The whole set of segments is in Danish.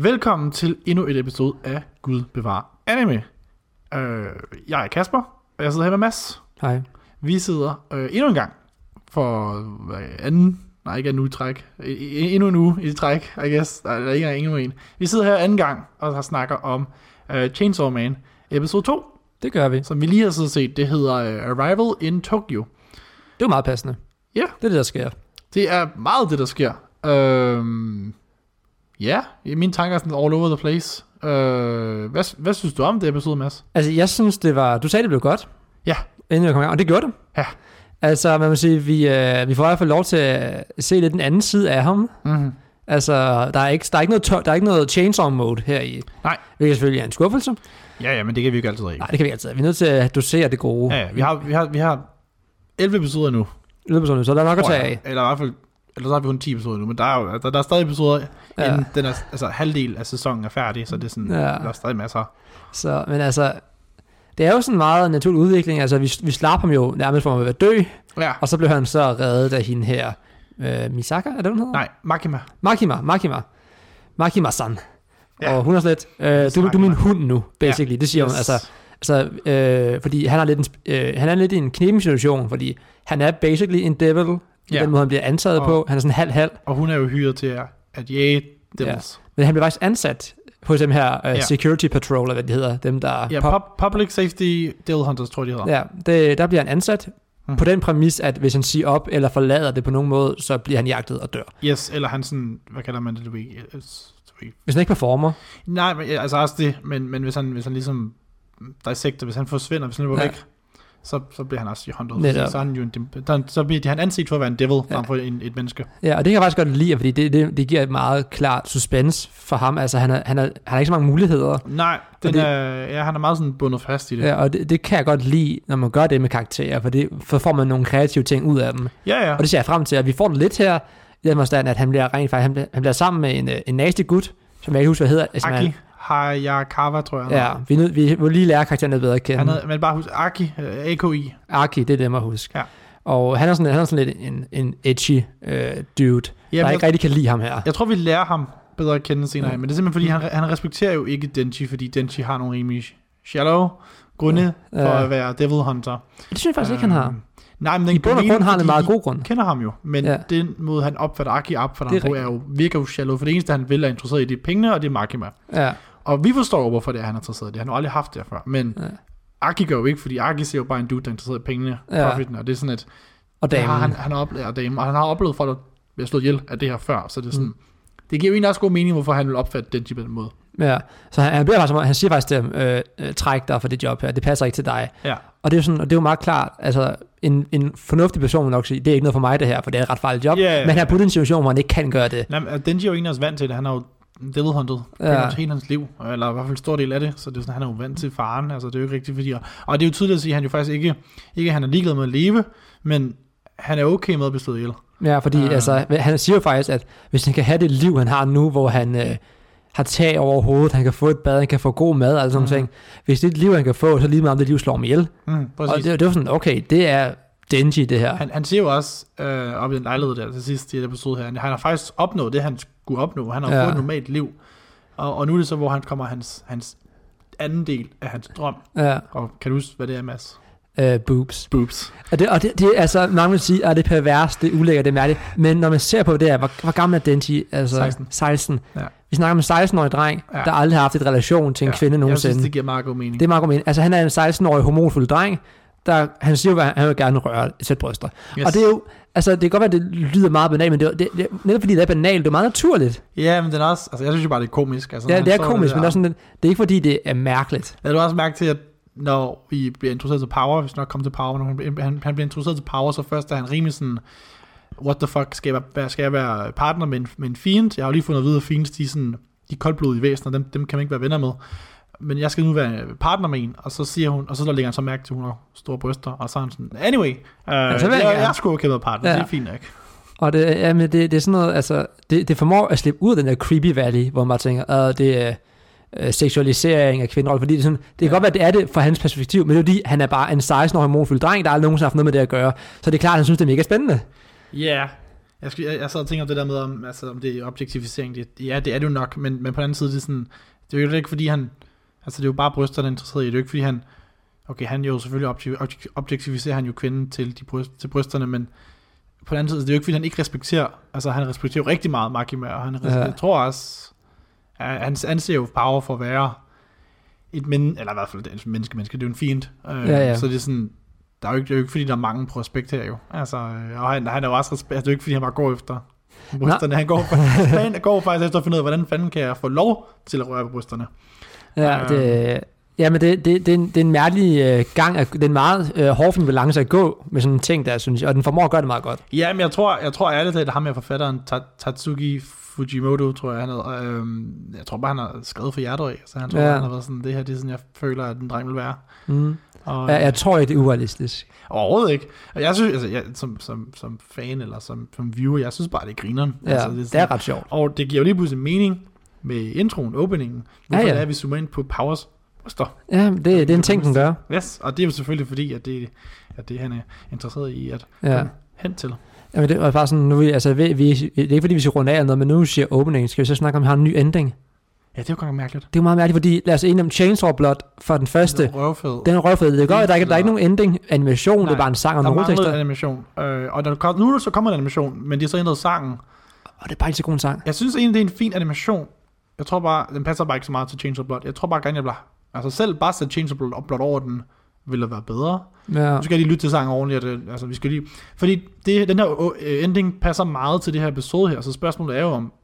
Velkommen til endnu et episode af Gud bevar anime. Jeg er Kasper, og jeg sidder her med Mads. Hej. Vi sidder endnu en gang for ikke en uge i træk. Endnu en uge i træk, I guess. Der er ikke endnu en. Vi sidder her anden gang og snakker om Chainsaw Man episode 2. Det gør vi. Som vi lige har set. Det hedder Arrival in Tokyo. Det er jo meget passende. Ja. Det er det, der sker. Det er meget det, der sker. Ja, mine tanker er sådan all over the place. Hvad synes du om det episode, Mads? Altså, jeg synes, det var... Du sagde, det blev godt. Ja. Inden jeg kom i gang, og det gjorde det. Ja. Altså, man må sige, vi får i hvert fald lov til at se lidt den anden side af ham. Mm-hmm. Altså, der er ikke noget chainsaw mode her i. Nej. Hvilket selvfølgelig er en skuffelse. Ja, men det kan vi ikke altid have. Nej, det kan vi altid. Vi er nødt til at dosere det gode. Ja, vi har 11 episoder nu. 11 episoder nu, så der er nok at tage af. Eller i hvert fald... Eller så har vi kun 10 episoder nu, men der er stadig episoder, inden den er, altså, halvdel af sæsonen er færdig, så det er sådan, der er stadig masser. Så, men altså, det er jo sådan meget naturlig udvikling, altså vi slap ham jo nærmest for at være dø, og så blev han så reddet af hende her, Misaka, er det hun hedder? Nej, Makima-san. Ja. Og hun er slet, du er min hund nu, basically, det siger hun, altså fordi han er lidt i en kneben situation, fordi han er basically en devil, i den måde, han bliver antaget på. Han er sådan halv-halv. Og hun er jo hyret til at jage devils. Ja. Men han bliver faktisk ansat hos dem her security patrol, hvad det hedder. Dem, der public safety devil hunters, tror jeg, de hedder. Ja, der bliver han ansat på den præmis, at hvis han siger op eller forlader det på nogen måde, så bliver han jagtet og dør. Yes, eller han sådan, hvad kalder man det? Hvis han ikke performer. Nej, men, altså også det, men hvis han ligesom dissekter, hvis han forsvinder, hvis han løber væk, så bliver han også hunted. Så bliver han anset for at være en devil frem for et menneske. Ja, og det kan jeg faktisk godt lide, fordi det giver et meget klart suspense for ham. Altså, han har ikke så mange muligheder. Nej, han er meget sådan bundet fast i det. Ja, og det kan jeg godt lide, når man gør det med karakterer, for får man nogle kreative ting ud af dem. Ja. Og det ser jeg frem til, at vi får det lidt her, i den forstand, at han bliver sammen med en nasty gut, som jeg ikke husker, hvad hedder. Aki. Hayakawa, tror jeg. Ja, vi må lige lære karakteren lidt bedre at kende. Men bare husk Aki, AKI. Aki, det er det, man husker. Ja. Og han er sådan lidt en edgy dude, der ikke rigtig kan lide ham her. Jeg tror, vi lærer ham bedre at kende senere, men det er simpelthen fordi, han respekterer jo ikke Denji, fordi Denji har nogle rimelig shallow grunde for at være devil hunter. Det synes jeg faktisk ikke, han har. Nej, men i bund og grund har han en meget god grund. Kender ham jo, men den måde, han opfatter Aki opfatter ham på, virker jo shallow, for det eneste, han vil er interesseret i, det er pengene, og det er Makima. Ja. Og vi forstår jo, hvorfor det er, han er interesseret i det. Han har aldrig haft det før, men Aki gør jo ikke, fordi Aki ser jo bare en dude, der er interesseret i pengene, profiten, og det er sådan et... Og damen. Han har oplevet damen, og han har oplevet folk, der bliver slået ihjel af det her før, så det er sådan... Det giver jo egentlig også god mening, hvorfor han vil opfatte Denji på den måde. Ja, så han siger faktisk til træk dig for det job her, det passer ikke til dig. Ja. Og det er sådan, og det er jo meget klart, altså en fornuftig person vil nok sige, det er ikke noget for mig det her, for det er et ret farligt job, men han er på den situation, hvor han ikke kan gøre det. Nej, Denji er jo egentlig også vant til det, han har jo devil hunted hele hans liv, eller i hvert fald en stor del af det, så det er sådan, han er jo vant til faren, altså det er jo ikke rigtigt fordi, og det er jo tydeligt at sige, at han jo faktisk ikke han er ligeglad med at leve, men han er okay med at blive slået ihjel. Ja, fordi altså, han siger jo faktisk, at hvis han kan have det liv, han har nu, hvor han har tag over hovedet, han kan få et bad, han kan få god mad, altså sådan ting. Hvis det er et liv, han kan få, så lige meget om det liv slår ham ihjel. Og det er sådan, okay, det er Denji, det her. Han siger jo også, op i den lejlighed der til sidst i det episode her, han har faktisk opnået det, han skulle opnå. Han har fået et normalt liv. Og nu er det så, hvor han kommer hans anden del af hans drøm. Ja. Og kan du huske, hvad det er, Mads? Boobs. Og det er altså, mange vil sige, at det er pervers, det er ulækkert, det er mærkeligt. Men når man ser på det her, hvor gammel er Denji? Altså 16. Ja. Vi snakker om en 16-årig dreng, der aldrig har haft et relation til en kvinde nogensinde. Jeg synes, det giver meget god mening. Det er meget god mening. Altså han er en 16-årig hormonfuld dreng, han siger jo, at han vil gerne røre sæt bryster. Yes. Og det er jo, altså det kan godt være, at det lyder meget banalt, men det netop fordi det er banalt, det er meget naturligt. Ja, men den er også, altså jeg synes jo bare, det er komisk. Altså, ja, det er komisk, men det er, sådan, det er ikke fordi, det er mærkeligt. Jeg har også mærke til, at når vi bliver introduceret til Power, hvis nok kommer til Power, når han bliver introduceret til Power, så først er han rimelig sådan, what the fuck, skal jeg være partner med en fiend? Jeg har jo lige fundet at vide, at fiends, de koldblodige væsener, dem kan man ikke være venner med. Men jeg skal nu være partner med en, og så siger hun, og så lægger han så mærke til, at hun har store bryster, og så er han sådan, anyway, jeg skulle okay med partner, det er fint nok. Og det er sådan noget, altså, det formår at slippe ud af den der creepy valley, hvor man tænker, det er seksualisering af kvinderoller, fordi det kan godt være, at det er det fra hans perspektiv, men det er fordi, han er bare en 16-årig hormonfyldt dreng, der aldrig nogensinde har haft noget med det at gøre, så det er klart, at han synes, det er mega spændende. Ja, Jeg sad og tænker om det der med, om det er objektificering. Det er det jo nok, men på den anden side, det er jo ikke fordi han, altså det er jo bare bryster, der er interesseret i. Det er jo ikke fordi han, okay, han jo selvfølgelig objektificerer han jo kvinden til brysterne, men på den anden side, det er jo ikke fordi han ikke respekterer, altså han respekterer jo rigtig meget Makima, og jeg tror også, han anser jo Power for at være et eller i hvert fald et menneske, det er jo en fiend. Så det er sådan, det er jo ikke fordi der er mange på respekt her jo. Altså, og han er jo også respekt, det er jo ikke fordi han bare går efter brysterne, han går faktisk efter at finde ud af, hvordan fanden kan jeg få lov til at røre på brysterne. Men det er en mærkelig gang, det er en meget hårfin balance at gå med sådan en ting der, synes jeg, og den formår at gøre det meget godt. Ja, men jeg tror ærligt, at ham med forfatteren Tatsuki Fujimoto, tror jeg han hedder. Jeg tror bare, han har skrevet for hjertet af, så han tror, han har været sådan, det her, det er sådan, jeg føler, at den dreng vil være. Og, jeg tror ikke, det er urealistisk. Overhovedet ikke. Og jeg synes, altså, som fan eller som viewer, jeg synes bare, det er grineren. Ja, altså, det er ret sjovt. Og det giver jo lige pludselig mening med introen, openingen. Hvorfor er vi zoomer ind på Powers bryster? Ja, det er en ting, den gør. Yes, og det er jo selvfølgelig fordi, at det han er interesseret i at komme hen til. Jamen det var bare sådan, nu det er ikke fordi vi skal runde af eller noget, men nu siger opening, skal vi så snakke om, at vi har en ny ending? Ja, det er jo godt mærkeligt. Det er jo meget mærkeligt, fordi lad os enige om Chainsaw Blood for den første. Den er røvfed. Det er godt, at der er ikke nogen ending animation, det er bare en sang og nogle rulletekster. Der animation, og nu så kommer en animation, men de har så ændret sangen. Og det er bare ikke så god en sang. Jeg synes egentlig, det er en fin animation. Jeg tror bare, den passer bare ikke så meget til Chainsaw Blood. Jeg tror bare gerne, jeg bliver... Altså selv bare sætte Chainsaw Blood over den, ville være bedre. Ja. Nu skal jeg lige lytte til sangen ordentligt. Altså, vi skal lige... Fordi den her ending passer meget til det her episode her, så spørgsmålet er jo om...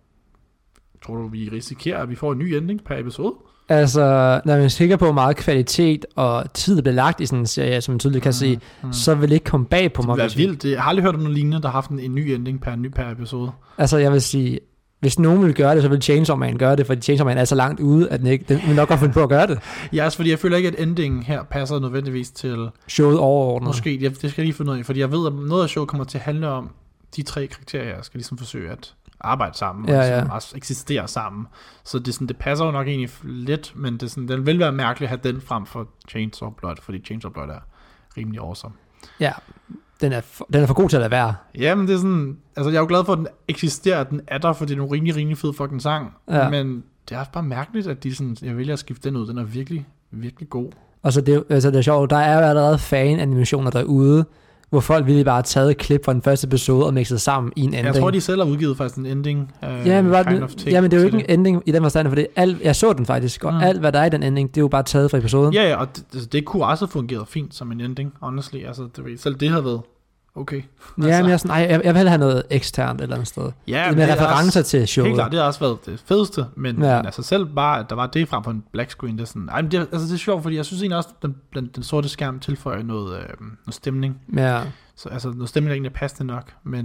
Tror du, vi risikerer, at vi får en ny ending per episode? Altså, når man er sikker på meget kvalitet og tid, der bliver lagt i sådan en serie, som man tydeligt kan se, så vil det ikke komme bag på mig. Det er vildt. Jeg har aldrig hørt om noget lignende, der har haft en ny ending per episode. Altså, jeg vil sige... Hvis nogen vil gøre det, så vil Chainsaw Man gøre det, fordi Chainsaw Man er så langt ude, at den vil nok godt finde på at gøre det. Ja, altså fordi jeg føler ikke, at endingen her passer nødvendigvis til... Showet overordnet. Måske, det skal jeg lige finde ud af, fordi jeg ved, at noget af showet kommer til at handle om de 3 karakterer, jeg skal ligesom forsøge at arbejde sammen, og ligesom også eksistere sammen. Så det, sådan, det passer jo nok egentlig lidt, men det sådan, den vil være mærkeligt at have den frem for Chainsaw Blood, fordi Chainsaw Blood er rimelig awesome. Ja, den er for god til at lade være. Jamen, det er sådan... Altså, jeg er jo glad for, at den eksisterer, at den er der, for det er en rimelig fed fucking sang. Ja. Men det er også bare mærkeligt, at de sådan... Jeg vælger at skifte den ud. Den er virkelig, virkelig god. Og så det er sjovt. Der er jo allerede fan-animationer derude, hvor folk virkelig bare har taget et klip fra den første episode og mixet sammen i en ending. Jeg tror, de selv har udgivet faktisk en ending. Men det er jo ikke en ending i den forstand, for jeg så den faktisk, og alt, hvad der er i den ending, det er jo bare taget fra episoden. Ja, og det kunne også have fungeret fint som en ending, honestly. Altså, selv det havde været okay. Ja, men jeg vil have noget eksternt et eller andet sted. Ja, med referencer også, til showet. Helt klart, det har også været det fedeste, men altså selv bare, at der var det frem på en black screen, det er sådan, det er sjovt, fordi jeg synes egentlig også, den sorte skærm tilføjer noget stemning. Ja. Så altså noget stemning, der egentlig er passende nok, men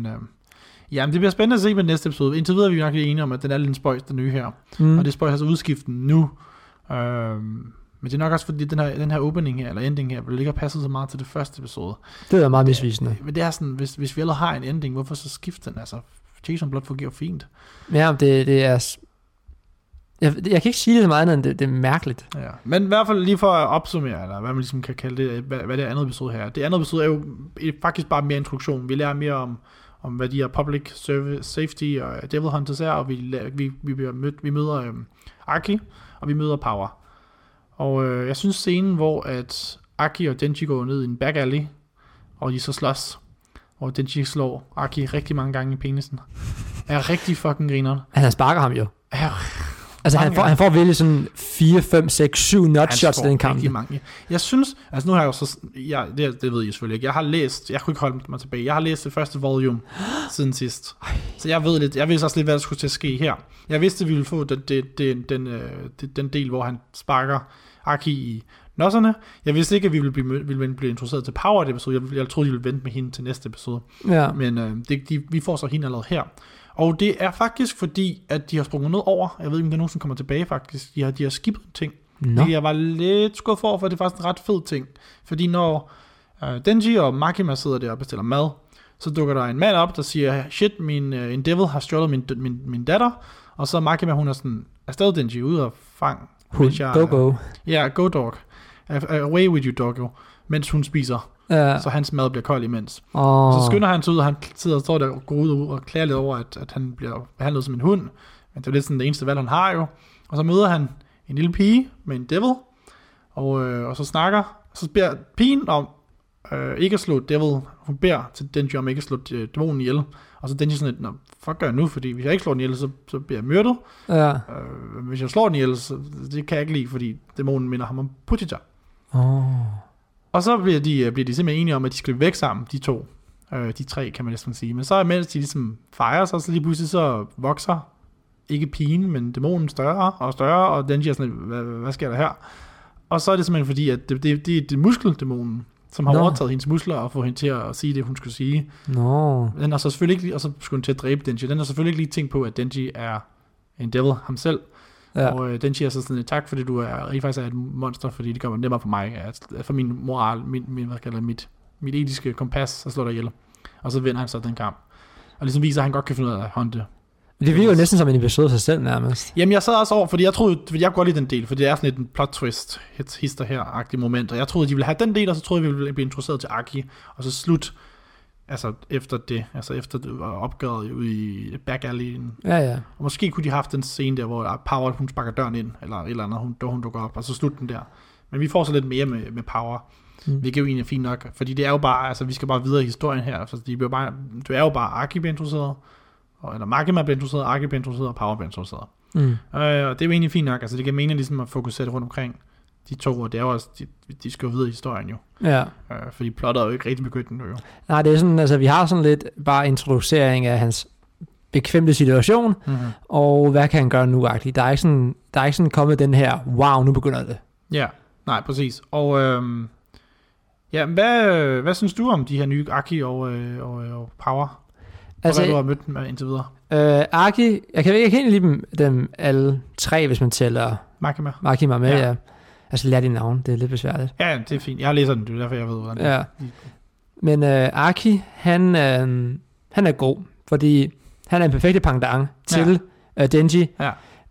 men det bliver spændende at se med den næste episode. Indtil videre er vi nok enige om, at den er lidt en spøjs, den nye her. Og det spøjs altså udskiften nu. Men det er nok også fordi den her opening her, eller ending her, vil ikke have passet så meget til det første episode. Det er meget misvisende. Men det er sådan, hvis vi allerede har en ending, hvorfor så skifte den? Altså, Chainsaw Blood fungerer fint. Ja, det er... Jeg kan ikke sige det så meget, end det er mærkeligt. Ja. Men i hvert fald lige for at opsummere, eller hvad man ligesom kan kalde det, hvad det andet episode her. Det andet episode er jo faktisk bare mere introduktion. Vi lærer mere om hvad de her public service, safety og Devil Hunters er, og vi møder Aki, og vi møder Power. Og jeg synes scenen, hvor at Aki og Denji går ned i en back alley, og de så slås, og Denji slår Aki rigtig mange gange i penisen, er rigtig fucking grineren. Han sparker ham jo. Altså han får virkelig sådan 4, 5, 6, 7 nutshots i den kamp. Mange. Jeg synes, altså nu har jeg jo så, det ved jeg selvfølgelig ikke, jeg kunne ikke holde mig tilbage, jeg har læst det første volume siden sidst, så jeg vidste også lidt, hvad der skulle til at ske her. Jeg vidste, at vi ville få den del, hvor han sparker Aki i nosserne. Jeg vidste ikke, at vi ville blive introduceret til Power i det episode. Jeg troede, de ville vente med hende til næste episode. Ja. Men vi får så hende allerede her. Og det er faktisk fordi, at de har sprunget noget over. Jeg ved ikke, om der er nogen, som kommer tilbage faktisk. De har skippet ting. Jeg var lidt skudt for det er faktisk en ret fed ting. Fordi når Denji og Makima sidder der og bestiller mad, så dukker der en mand op, der siger, shit, en devil har stjålet min datter. Og så Makima, hun er sådan, afsted Denji, ud og fang. Go. Ja, go dog. Away with you doggo. Mens hun spiser så hans mad bliver kold imens. Så skynder han sig ud, og han står der og går ud og klager lidt over, at han bliver behandlet som en hund. Men det er lidt sådan det eneste valg, han har jo. Og så møder han en lille pige med en devil, og så snakker, og så beder pigen om ikke at slå devil. Hun beder til Denji om ikke at slå dæmonen ihjel. Og så Denji sådan lidt, fuck gør jeg nu, fordi hvis jeg ikke slår den ihjel, så bliver jeg myrdet. Ja. Hvis jeg slår den ihjel, så det kan jeg ikke lide, fordi dæmonen minder ham om Pochita. Og så bliver de simpelthen enige om, at de skal væk sammen, de to. De tre, kan man næsten sige. Men så mens de ligesom fejrer sig, så lige pludselig så vokser ikke pigen, men dæmonen større og større, og Denji er sådan, hvad sker der her? Og så er det simpelthen fordi, at det er muskeldæmonen, som har overtaget hendes muskler og får hende til at sige det, hun skulle sige. Den har så selvfølgelig ikke, og så skulle hun til at dræbe Denji. Den har selvfølgelig ikke lige tænkt på, at Denji er en devil ham selv. Ja. Og Denji er så sådan, tak fordi du faktisk er et monster, fordi det gør mig nemmere for mig, at for min moral, mit etiske kompas, så slår der ihjel. Og så vinder han så den kamp. Og ligesom viser, at han godt kan finde ud af at håndte. Det virker jo næsten som en episode af sig selv nærmest. Jamen jeg sad også over, fordi jeg kunne godt lide den del, fordi det er sådan lidt en plot twist, hister her-agtig moment, og jeg troede, de ville have den del, og så troede vi ville blive introduceret til Aki, og så slut, efter opgøret ude i back alleyen. Ja. Og måske kunne de have haft den scene der, hvor Power, hun sparker døren ind, eller et eller andet, hun dukker op, og så slut den der. Men vi får så lidt mere med Power, hvilket jo egentlig er fint nok, fordi det er jo bare, vi skal bare videre i historien her, for det er jo bare Aki bliver introduceret, eller Makima bliver introduceret, Aki bliver introduceret, og Power bliver introduceret. Og det er jo egentlig fint nok, det kan mene ligesom at fokusere rundt omkring de to, og det er jo også, de skal jo videre i historien jo. Ja. Fordi plottet er jo ikke rigtig begyndt nu jo. Nej, det er sådan, vi har sådan lidt bare introducering af hans bekvemte situation, og hvad kan han gøre nu, -agtigt. Der er ikke sådan kommet den her, wow, nu begynder det. Ja, nej, præcis. Og hvad synes du om de her nye Aki og Power? Hvad du har mødt dem indtil videre? Aki, jeg kan ikke lide dem alle tre, hvis man tæller Makima med, ja. Lære de navn, det er lidt besværligt. Ja, det er fint. Jeg har læst den, det er derfor, jeg ved, hvordan det er. Men Aki, han er god, fordi han er en perfekt pendant til Denji. Ja.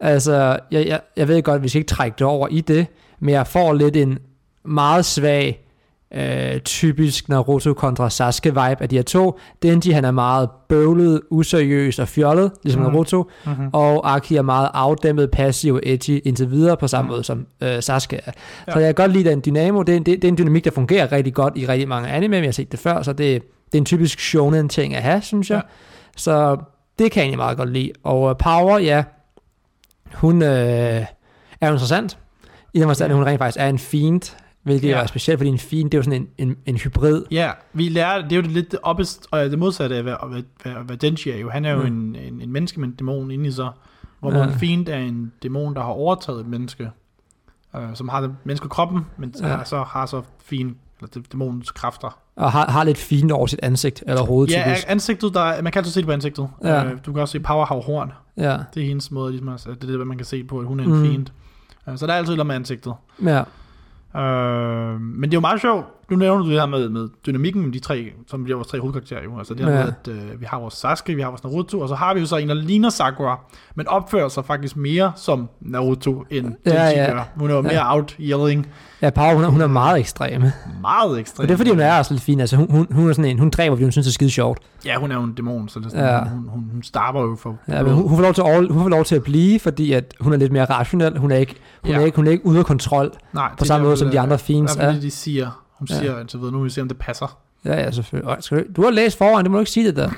Jeg ved godt, at vi skal ikke trække det over i det, men jeg får lidt en meget svag typisk Naruto kontra Sasuke vibe af de her to. Denji, han er meget bøvlet, useriøs og fjollet, ligesom Naruto, og Aki er meget afdæmpet, passiv og edgy indtil videre på samme måde som Sasuke er. Så jeg kan godt lide den dynamo. Det er en dynamik, der fungerer rigtig godt i rigtig mange anime, vi har set det før, så det er en typisk shonen ting at have, synes jeg. Så det kan jeg egentlig meget godt lide. Og Power, ja, hun er jo interessant. I den forstand, hun rent faktisk er en fiend, hvilket er specielt, fordi en fiend, det er jo sådan en hybrid. Ja, vi lærer, det er jo lidt det opposite, og det modsatte af, hvad Denji er jo. Han er jo en menneske med en dæmon inde i sig, hvor en fiend er en dæmon, der har overtaget et menneske, som har menneskekroppen, men har så fiend, eller dæmonens kræfter. Og har lidt fiend over sit ansigt, eller hovedet. Ja, ansigtet, man kan altid se det på ansigtet. Ja. Du kan også se, Power har horn. Ja. Det er hendes måde, ligesom, det er det, man kan se på, at hun er en fiend. Så der er altid lidt med ansigtet. Ja. Men det er jo meget sjovt. Nu nævner du det her med dynamikken med de tre, som bliver vores tre hovedkarakterer jo. Altså det her med, at vi har vores Sasuke, vi har vores Naruto, og så har vi jo så en, der ligner Sakura, men opfører sig faktisk mere som Naruto, end Denji gør. Hun er jo mere out-yelling. Ja, Power, hun er meget ekstrem. Meget ekstrem. Og det er fordi, hun er også lidt fin. Altså, hun er sådan en, hun dræber, fordi hun synes, det er skide sjovt. Ja, hun er jo en dæmon, så det er sådan, hun starter jo for... Ja, men hun får lov til at blive, fordi at hun er lidt mere rationel. Hun er ikke ude af kontrol. Nej, på samme måde som de andre fiends er. Det de siger. Hun siger, så ved nu, vi ser, om det passer. Ja, selvfølgelig. Du har læst foran, det må du ikke sige det der.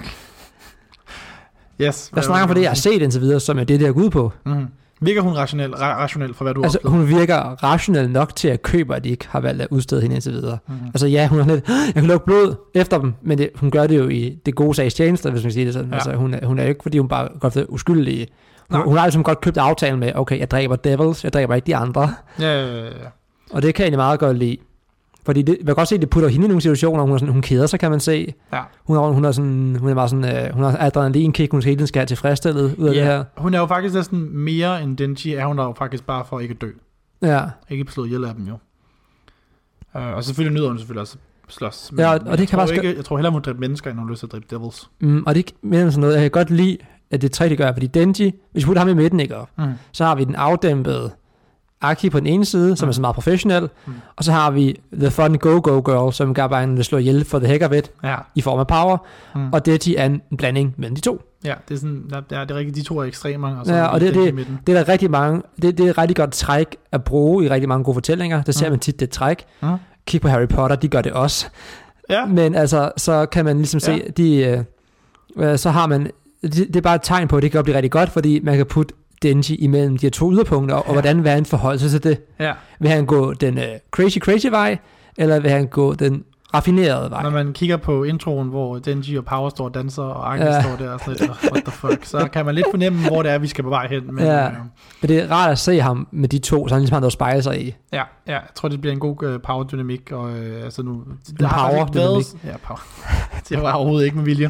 Yes. Jeg snakker for det, jeg har set indtil videre, som er det, der går ud på. Virker hun rationel for hvad du har oplevet? Hun virker rationel nok til at købe, at de ikke har valgt at udstede hende indtil videre. Altså ja, hun er lidt, jeg kan lukke blod efter dem, men hun gør det jo i det gode sags tjeneste, hvis man siger det sådan. Ja. Altså, hun er jo ikke, fordi hun bare godt uskyldig. Hun har ligesom godt købt aftalen med, okay, jeg dræber devils, jeg dræber ikke de andre. Ja. Og det kan jeg egentlig meget godt lide. Fordi man kan godt se, at det putter hende i nogle situationer, hun keder sig, kan man se. Ja. Hun er meget sådan, hun har adrenalinkick, hun hele tiden skal have tilfredsstillet ud af det her. Hun er jo faktisk næsten mere end Denji, er hun der jo faktisk bare for ikke at dø. Ja. Ikke slå ihjel af dem jo. Og selvfølgelig nyder hun selvfølgelig også slås. Men, og det kan jeg tror hellere, hun dræber mennesker, end hun har lyst til at dræbe devils. Og det er sådan noget, jeg kan godt lide, at det tre, det gør, fordi Denji, hvis vi putter ham i midten, ikke op, så har vi den afdæmpede Aki på den ene side, som er så meget professionel, og så har vi The Fun Go-Go Girl, som gør bare en slå ihjel for the heck of it, i form af power, og Deji er en blanding mellem de to. Ja, det er sådan, det er rigtigt, de to er ekstremer. Og så og det er der rigtig mange, det er et rigtig godt træk at bruge i rigtig mange gode fortællinger, der ser man tit det træk. Kig på Harry Potter, de gør det også. Ja. Men altså, så kan man ligesom se, så har man, det er bare et tegn på, at det kan blive rigtig godt, fordi man kan putte Denji imellem de her to yderpunkter, og hvordan vil han forholde sig til det? Ja. Vil han gå den crazy vej, eller vil han gå den raffinerede vej? Når man kigger på introen, hvor Denji og Power står og danser, og Aki står der og sådan lidt, what the fuck, så kan man lidt fornemme, hvor det er, vi skal på vej hen. Men, men det er rart at se ham med de to, så han ligesom har noget at spejle sig i. Ja, jeg tror, det bliver en god power-dynamik, og altså nu... Power-dynamik? Ja, power. Det var overhovedet ikke med vilje.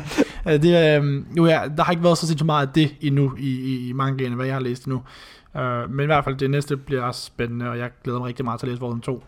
Der har ikke været så meget af det endnu i mangaen, hvad jeg har læst endnu. Men i hvert fald, det næste bliver også spændende, og jeg glæder mig rigtig meget til at læse volume 2.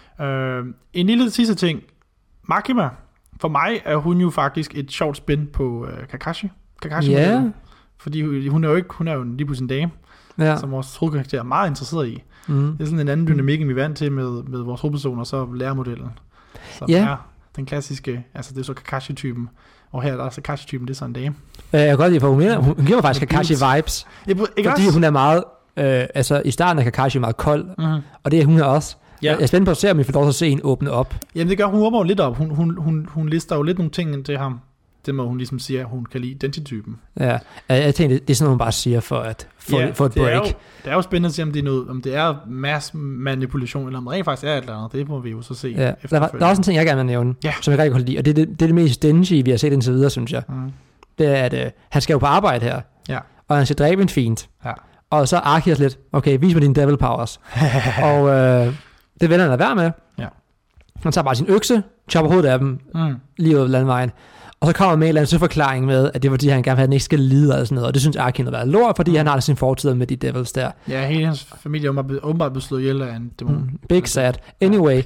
En lille sidste ting. Makima, for mig er hun jo faktisk et sjovt spin på Kakashi. Ja. Fordi hun er jo lige på sin dame, som vores hovedkarakter er meget interesseret i. Det er sådan en anden dynamik, end vi er vant til med vores hovedpersoner, og så lærermodellen. Som er den klassiske, altså det er så Kakashi-typen. Og her er der også Kakashi-typen, det er sådan en dame. Jeg kan godt lide, for hun giver mig faktisk Kakashi-vibes. Fordi hun er meget, altså i starten er Kakashi meget kold, og det er hun er også. Ja. Jeg er spændt på at se, om vi får lov til at se hende åbne op. Jamen det gør hun åbner jo lidt op. Hun lister jo lidt nogle ting til ham. Det må hun ligesom sige, at hun kan lide Denji-typen. Ja, jeg tænkte, det er sådan noget, hun bare siger for at få et break. Det er jo spændende at se, om det er mass manipulation, eller om det rent faktisk er et eller andet. Det må vi jo så se. Ja. Der er også en ting, jeg gerne vil nævne, som jeg rigtig godt lide, og det er det mest Denji, vi har set indtil videre, synes jeg. Det er, at han skal jo på arbejde her, og han skal dræbe en fiend. Ja. Og så Aki er lidt, okay, vis mig dine devil powers. Og det vender han at være med. Ja. Han tager bare sin økse, chopper hovedet af dem, lige ud af landvejen. Og så kommer med en eller anden forklaring med, at det er fordi, han gerne vil have, at den ikke skal lide og sådan noget. Og det synes Aki har været lort, fordi han har sin fortid med de devils der. Ja, hele hans familie er åbenbart blevet slået ihjel af en dæmon. Big sad. Anyway.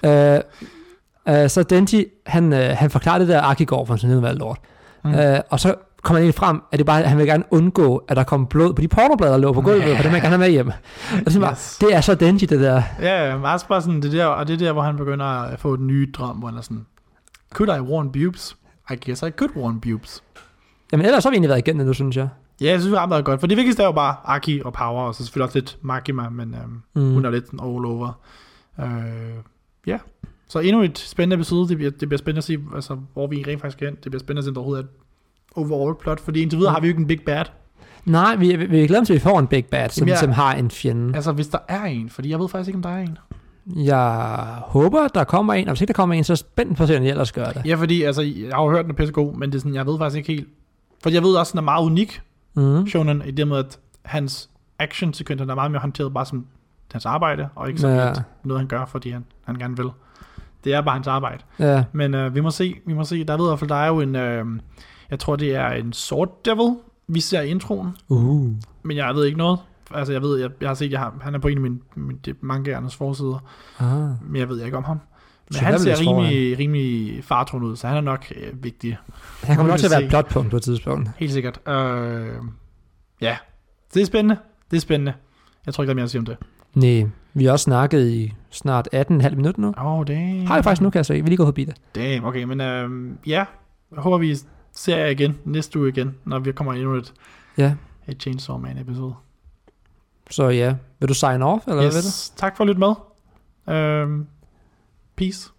Så Denji, han forklarer det der, Aki går for, sådan noget lort. Og så kommer han ind frem, at det bare, han vil gerne undgå, at der kommer blod på de pornoblade, der lå på gulvet, for det man gerne have med hjem. Og det er så Denji, det der. Ja, meget bare sådan det der, og det er der, hvor han begynder at få et nye drøm, hvor han er sådan, could I warn boobs? I guess I could warn boobs. Jamen ellers har vi egentlig været igennem det nu, synes jeg. Ja, jeg synes, vi har været godt, for det vigtigste er jo bare Aki og Power, og så selvfølgelig også lidt Makima, men hun er lidt all over. Ja, så endnu et spændende episode. Det bliver spændende at se, altså, hvor vi rent faktisk kan. Det bliver spændende at se, om der overhovedet er et overall plot, fordi indtil videre har vi jo ikke en big bad. Nej, vi glæder os til, at vi får en big bad, som har en fjende. Altså, hvis der er en, fordi jeg ved faktisk ikke, om der er en. Jeg håber, der kommer en, og hvis ikke der kommer en, så er jeg spændt på at se, om jeg ellers gør det. Ja, fordi altså, jeg har jo hørt den er pissegod, men det er sådan, jeg ved faktisk ikke helt. For jeg ved også, at den er meget unik, shonen, i det med, at hans action-sekvenser er meget mere håndteret bare som hans arbejde, og ikke som noget, han gør, fordi han gerne vil. Det er bare hans arbejde. Ja. Men vi må se. Der ved i hvert fald, der er jo en, jeg tror, det er en Sword Devil, vi ser i introen. Men jeg ved ikke noget. Altså, jeg ved, jeg har set, han er på en af mine mangaernes forsider. Men jeg ved ikke om ham. Men han ser rimelig fartron ud, så han er nok vigtig. Han kommer nok til at være et plotpunkt på et tidspunkt. Helt sikkert. Ja, det er spændende. Jeg tror ikke, der er mere at sige om det. Nej, vi har også snakket i snart 18,5 minutter nu. Damn. Har jeg faktisk nu, kan jeg se. Vi lige gå forbi det. Damn, okay, men ja. Jeg håber, vi ser jer igen næste uge igen, når vi kommer endnu et Chainsaw Man episode. Så ja, vil du sign off, eller hvad ved du? Tak for at lytte med. Peace.